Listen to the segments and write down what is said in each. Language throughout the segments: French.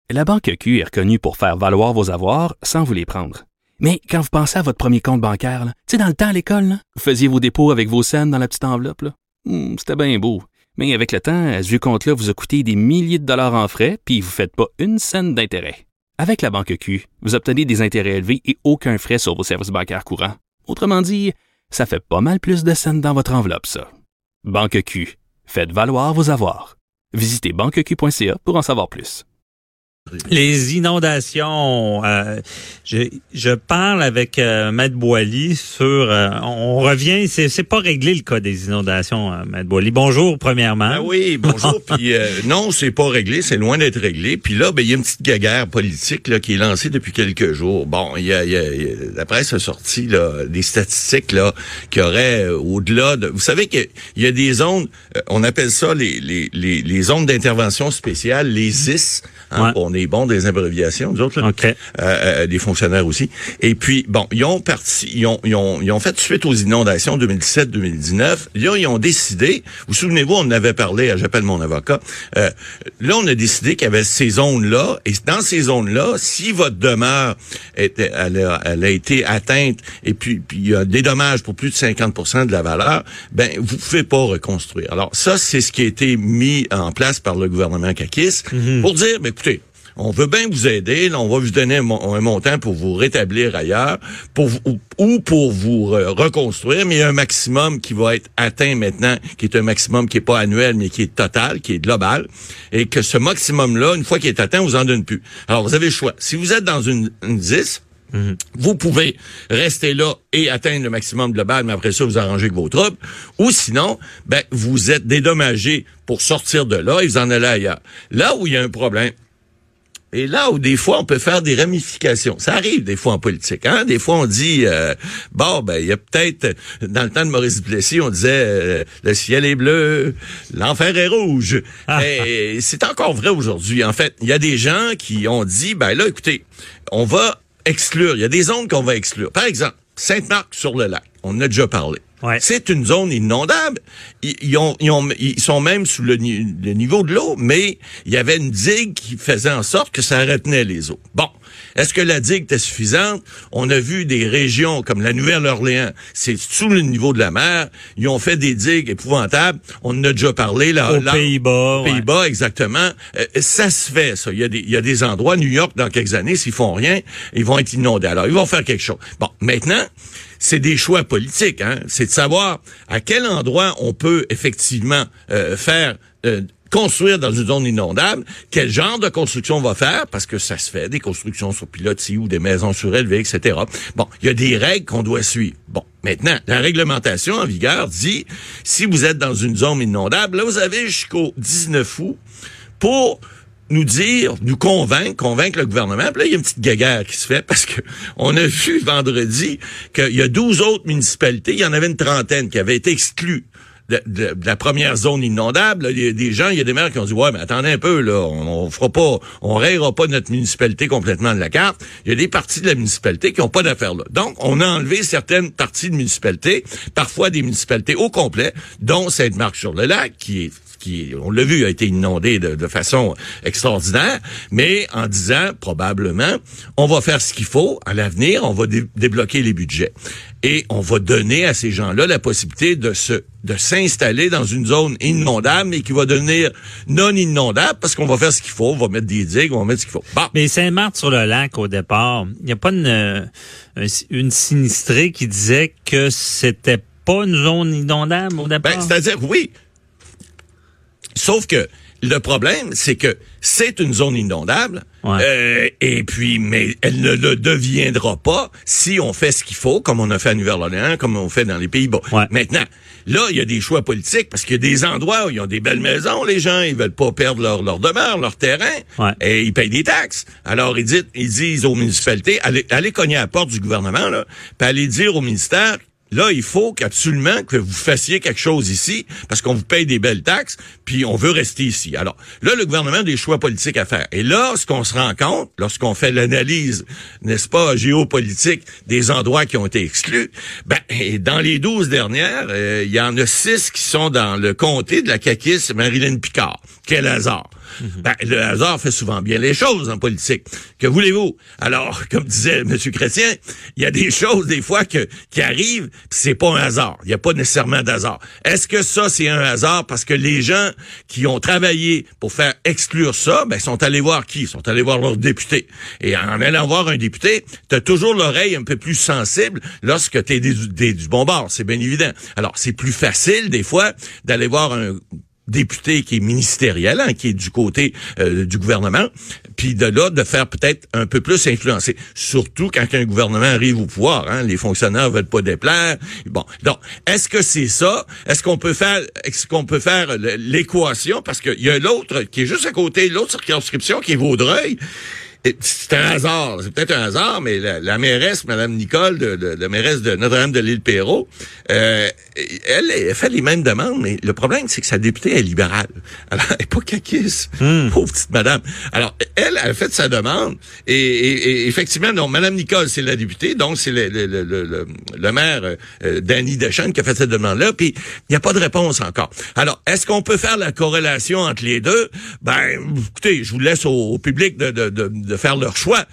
La Banque Q est reconnue pour faire valoir vos avoirs sans vous les prendre. Mais quand vous pensez à votre premier compte bancaire, tu sais, dans le temps à l'école, là, vous faisiez vos dépôts avec vos scènes dans la petite enveloppe. Là. C'était bien beau. Mais avec le temps, ce vieux compte-là vous a coûté des milliers de dollars en frais, puis vous ne faites pas une scène d'intérêt. Avec la Banque Q, vous obtenez des intérêts élevés et aucun frais sur vos services bancaires courants. Autrement dit, ça fait pas mal plus de scènes dans votre enveloppe, ça. Banque Q. Faites valoir vos avoirs. Visitez banqueq.ca pour en savoir plus. Les inondations, je parle avec Maître Boily sur, on revient, c'est pas réglé le cas des inondations, Maître Boily. Bonjour, premièrement. Ben oui, bonjour. Puis non, c'est pas réglé, c'est loin d'être réglé. Puis là, il y a une petite guéguerre politique là qui est lancée depuis quelques jours. Bon, il y a la presse a sorti là des statistiques là qui auraient au-delà de, vous savez qu'il y a des zones, on appelle ça les zones d'intervention spéciale, les ZIS. Hein, on est bon des abréviations, nous autres, là. Okay. Des fonctionnaires aussi. Et puis, bon, ils ont fait suite aux inondations 2017-2019. Là, ils ont décidé, vous souvenez-vous, on en avait parlé, j'appelle mon avocat, là, on a décidé qu'il y avait ces zones-là, et dans ces zones-là, si votre demeure elle a été atteinte, et puis il y a des dommages pour plus de 50% de la valeur, ben, vous pouvez pas reconstruire. Alors, ça, c'est ce qui a été mis en place par le gouvernement Kakis, pour dire, ben, écoutez, on veut bien vous aider, là, on va vous donner un montant pour vous rétablir ailleurs, pour vous reconstruire, mais il y a un maximum qui va être atteint maintenant, qui est un maximum qui est pas annuel, mais qui est total, qui est global, et que ce maximum-là, une fois qu'il est atteint, on vous en donne plus. Alors, vous avez le choix. Si vous êtes dans une 10, vous pouvez rester là et atteindre le maximum global, mais après ça, vous arrangez avec vos troupes. Ou sinon, ben, vous êtes dédommagé pour sortir de là et vous en allez ailleurs. Là où il y a un problème, et là où des fois on peut faire des ramifications, ça arrive des fois en politique, hein. Des fois on dit il y a peut-être dans le temps de Maurice Duplessis, on disait le ciel est bleu, l'enfer est rouge. Et c'est encore vrai aujourd'hui. En fait, il y a des gens qui ont dit là écoutez, on va exclure, il y a des zones qu'on va exclure. Par exemple, Sainte-Marthe-sur-le-Lac, on en a déjà parlé. Ouais. C'est une zone inondable. Ils sont même sous le niveau de l'eau, mais il y avait une digue qui faisait en sorte que ça retenait les eaux. Bon. Est-ce que la digue était suffisante? On a vu des régions comme la Nouvelle-Orléans, c'est sous le niveau de la mer. Ils ont fait des digues épouvantables. On en a déjà parlé là. Aux Pays-Bas. Aux Pays-Bas, exactement. Ça se fait, ça. Il y a des endroits, New York, dans quelques années, s'ils font rien, ils vont être inondés. Alors, ils vont faire quelque chose. Bon, maintenant, c'est des choix politiques, hein. C'est de savoir à quel endroit on peut effectivement construire dans une zone inondable, quel genre de construction on va faire, parce que ça se fait, des constructions sur pilotis ou des maisons surélevées, etc. Bon, il y a des règles qu'on doit suivre. Bon, maintenant, la réglementation en vigueur dit, si vous êtes dans une zone inondable, là, vous avez jusqu'au 19 août pour nous convaincre le gouvernement. Puis là, il y a une petite guéguerre qui se fait parce que on a vu vendredi qu'il y a 12 autres municipalités, il y en avait une trentaine qui avaient été exclues de la première zone inondable. Là, il y a des maires qui ont dit ouais, mais attendez un peu là, on rayera pas notre municipalité complètement de la carte. Il y a des parties de la municipalité qui ont pas d'affaires là. Donc on a enlevé certaines parties de municipalités, parfois des municipalités au complet, dont Sainte-Marthe-sur-le-Lac qui, on l'a vu, a été inondé de façon extraordinaire, mais en disant, probablement, on va faire ce qu'il faut, à l'avenir, on va débloquer les budgets. Et on va donner à ces gens-là la possibilité de s'installer dans une zone inondable, mais qui va devenir non inondable, parce qu'on va faire ce qu'il faut, on va mettre des digues, on va mettre ce qu'il faut. Bon. Mais Sainte-Marthe-sur-le-Lac, au départ, il n'y a pas une sinistrée qui disait que c'était pas une zone inondable au départ? C'est-à-dire, oui. Sauf que le problème, c'est que c'est une zone inondable, et puis, mais elle ne le deviendra pas si on fait ce qu'il faut, comme on a fait à Nouvelle-Orléans, comme on fait dans les Pays-Bas. Ouais. Maintenant, là, il y a des choix politiques, parce qu'il y a des endroits où ils ont des belles maisons, les gens, ils veulent pas perdre leur demeure, leur terrain, et ils payent des taxes. Alors, ils disent aux municipalités, allez cogner à la porte du gouvernement, là, puis allez dire au ministère, là, il faut absolument que vous fassiez quelque chose ici, parce qu'on vous paye des belles taxes, puis on veut rester ici. Alors, là, le gouvernement a des choix politiques à faire. Et là, ce qu'on se rend compte, lorsqu'on fait l'analyse, n'est-ce pas, géopolitique des endroits qui ont été exclus, dans les 12 dernières, il y en a 6 qui sont dans le comté de la caquiste Marilyn Picard. Quel hasard. Le hasard fait souvent bien les choses en politique. Que voulez-vous? Alors, comme disait M. Chrétien, il y a des choses, des fois, qui arrivent, pis c'est pas un hasard. Il n'y a pas nécessairement d'hasard. Est-ce que ça, c'est un hasard? Parce que les gens qui ont travaillé pour faire exclure ça, sont allés voir qui? Ils sont allés voir leur député. Et en allant voir un député, t'as toujours l'oreille un peu plus sensible lorsque t'es du bon bord. C'est bien évident. Alors, c'est plus facile, des fois, d'aller voir un député qui est ministériel, qui est du côté du gouvernement, puis de là, de faire peut-être un peu plus influencer. Surtout quand un gouvernement arrive au pouvoir, les fonctionnaires veulent pas déplaire. Bon, donc, est-ce que c'est ça? Est-ce qu'on peut faire l'équation? Parce qu'il y a l'autre qui est juste à côté, l'autre circonscription qui est Vaudreuil. C'est un hasard, c'est peut-être un hasard, mais la mairesse, Mme Nicole, la mairesse de Notre-Dame-de-l'Île-Perrot, elle fait les mêmes demandes, mais le problème, c'est que sa députée est libérale. Alors, elle est pas caquiste, pauvre petite madame. Alors, elle a fait sa demande, et effectivement, donc, Mme Nicole, c'est la députée, donc c'est le maire Danny Deschênes qui a fait cette demande-là, puis il n'y a pas de réponse encore. Alors, est-ce qu'on peut faire la corrélation entre les deux? Écoutez, je vous laisse au public de faire leur choix,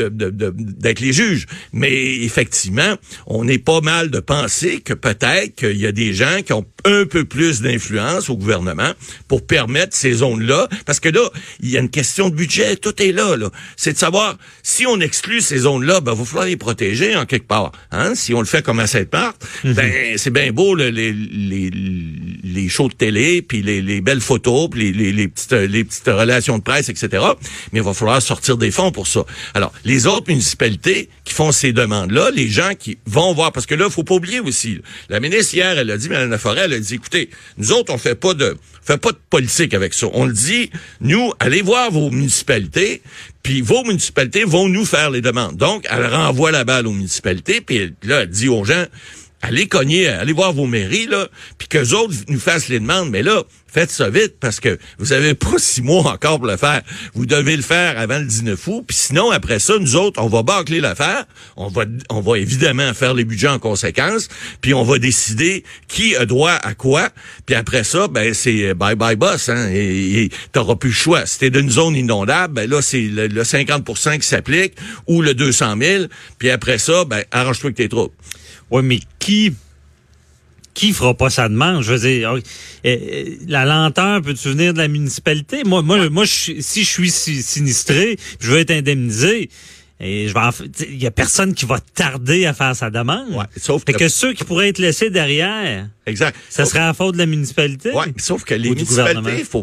d'être les juges. Mais effectivement, on est pas mal de penser que peut-être qu'il y a des gens qui ont un peu plus d'influence au gouvernement pour permettre ces zones-là. Parce que là, il y a une question de budget, tout est là. C'est de savoir, si on exclut ces zones-là, il va falloir les protéger en quelque part. Si on le fait comme à Sainte-Marthe, c'est bien beau les shows de télé, puis les belles photos, puis les petites relations de presse, etc. Mais il va falloir sortir des fonds pour ça. Alors, les autres municipalités qui font ces demandes-là, les gens qui vont voir, parce que là, faut pas oublier aussi, la ministre hier, elle a dit, Mme Laforêt, elle a dit, écoutez, nous autres, on fait pas de politique avec ça. On le dit, nous, allez voir vos municipalités, puis vos municipalités vont nous faire les demandes. Donc, elle renvoie la balle aux municipalités, puis là, elle dit aux gens, allez cogner, allez voir vos mairies, là, puis qu'eux autres nous fassent les demandes. Mais là, faites ça vite, parce que vous avez pas 6 mois encore pour le faire. Vous devez le faire avant le 19 août, puis sinon, après ça, nous autres, on va bâcler l'affaire, on va évidemment faire les budgets en conséquence, puis on va décider qui a droit à quoi, puis après ça, c'est bye-bye boss, et t'auras plus le choix. Si t'es d'une zone inondable, là, c'est le 50% qui s'applique, ou le 200 000, puis après ça, arrange-toi avec tes troupes. Oui, mais qui fera pas sa demande? Je veux dire, la lenteur peut-tu venir de la municipalité? Moi, si je suis sinistré, je veux être indemnisé, et il y a personne qui va tarder à faire sa demande. Ouais, sauf que ceux qui pourraient être laissés derrière. Exact. Ça serait à faute de la municipalité. Ouais, sauf que les municipalités, faut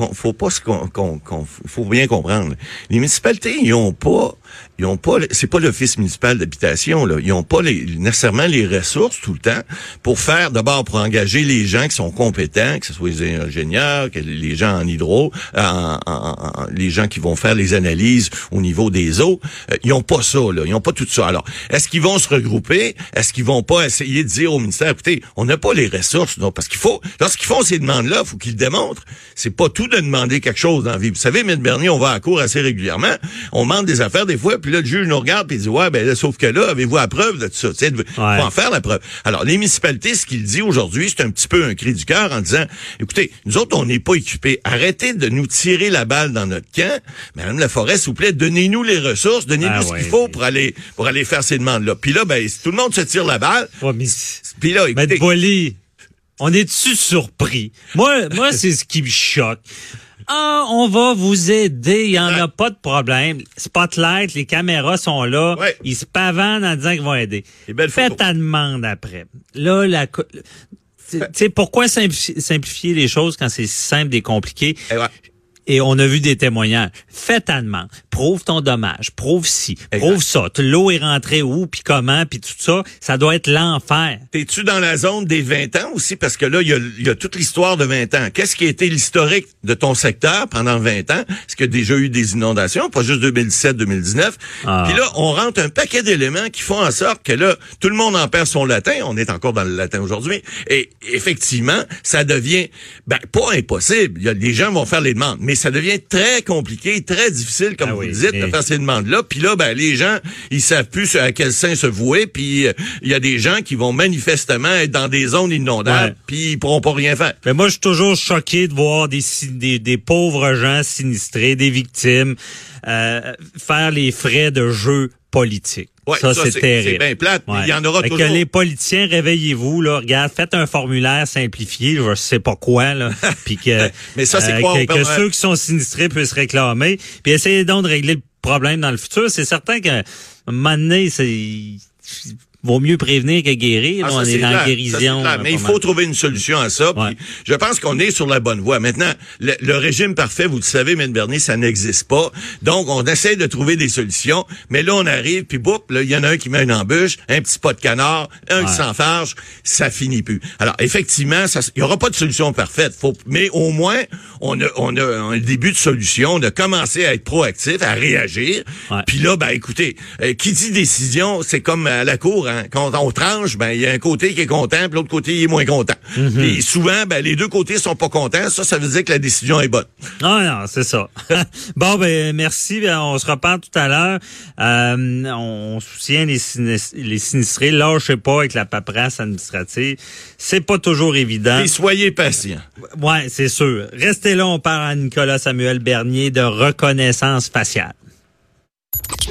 bien comprendre. Les municipalités, ils ont pas, c'est pas l'office municipal d'habitation, là. Ils ont pas nécessairement les ressources tout le temps pour engager les gens qui sont compétents, que ce soit les ingénieurs, que les gens en hydro, les gens qui vont faire les analyses au niveau des eaux. Ils ont pas ça, là. Ils ont pas tout ça. Alors, est-ce qu'ils vont se regrouper? Est-ce qu'ils vont pas essayer de dire au ministère, écoutez, on n'a pas les ressources, non? Parce lorsqu'ils font ces demandes-là, faut qu'ils le démontrent. C'est pas tout de demander quelque chose dans la vie. Vous savez, M. Bernier, on va à la cour assez régulièrement. On demande des affaires des fois, puis là, le juge nous regarde puis il dit, sauf que là, avez-vous la preuve de tout ça? Faut en faire la preuve. Alors, les municipalités, ce qu'il dit aujourd'hui, c'est un petit peu un cri du cœur en disant, écoutez, nous autres, on n'est pas équipés. Arrêtez de nous tirer la balle dans notre camp. Mme Laforêt, s'il vous plaît, donnez-nous les ressources, donnez-nous ce qu'il faut pour aller faire ces demandes-là. Puis là, tout le monde se tire la balle. Puis là, écoutez, M. Boily, on est-tu surpris? Moi, c'est ce qui me choque. On va vous aider, il n'y en a pas de problème. Spotlight, les caméras sont là, ils se pavanent en disant qu'ils vont aider. Fais ta demande après. Là, tu sais, pourquoi simplifier les choses quand c'est simple et compliqué? Et on a vu des témoignages. Fais ta demande. Prouve ton dommage. Prouve ci. Prouve ça. L'eau est rentrée où, puis comment, puis tout ça. Ça doit être l'enfer. T'es-tu dans la zone des 20 ans aussi? Parce que là, il y a toute l'histoire de 20 ans. Qu'est-ce qui a été l'historique de ton secteur pendant 20 ans? Est-ce qu'il y a déjà eu des inondations? Pas juste 2017-2019. Puis là, on rentre un paquet d'éléments qui font en sorte que là, tout le monde en perd son latin. On est encore dans le latin aujourd'hui. Et effectivement, ça devient, pas impossible. Les gens vont faire les demandes. Mais ça devient très compliqué, très difficile, comme vous vous dites, de faire ces demandes-là. Puis là, ben les gens, ils savent plus à quel sein se vouer. Puis il y a des gens qui vont manifestement être dans des zones inondables, puis ils pourront pas rien faire. Mais moi, je suis toujours choqué de voir des pauvres gens sinistrés, des victimes, faire les frais de jeu politique. Ouais, ça c'est terrible. C'est bien plate, mais il y en aura toujours. Que les politiciens, réveillez-vous, là, regarde, faites un formulaire simplifié, je sais pas quoi, là, puis que, mais ça, c'est quoi, que ceux qui sont sinistrés puissent réclamer, puis essayez donc de régler le problème dans le futur. C'est certain qu'à un moment donné, vaut mieux prévenir que guérir. On est dans la guérison. Mais il faut trouver une solution à ça. Puis je pense qu'on est sur la bonne voie. Maintenant, le régime parfait, vous le savez, M. Bernier, ça n'existe pas. Donc, on essaie de trouver des solutions. Mais là, on arrive, puis boum, là, il y en a un qui met une embûche, un petit pot de canard, un qui s'enfarge, ça finit plus. Alors, effectivement, il y aura pas de solution parfaite. Mais au moins, on a un début de solution. On a commencé à être proactif, à réagir. Puis là, ben, écoutez, qui dit décision, c'est comme à la cour, hein. Quand on tranche, ben il y a un côté qui est content, puis l'autre côté il est moins content. Et souvent, ben les deux côtés sont pas contents. Ça veut dire que la décision est bonne. Non, c'est ça. Bon, ben merci. Ben, on se reparle tout à l'heure. On soutient les sinistrés. Lâchez pas avec la paperasse administrative. C'est pas toujours évident. Et soyez patients. Ouais, c'est sûr. Restez là. On parle à Nicolas Samuel Bernier de reconnaissance faciale.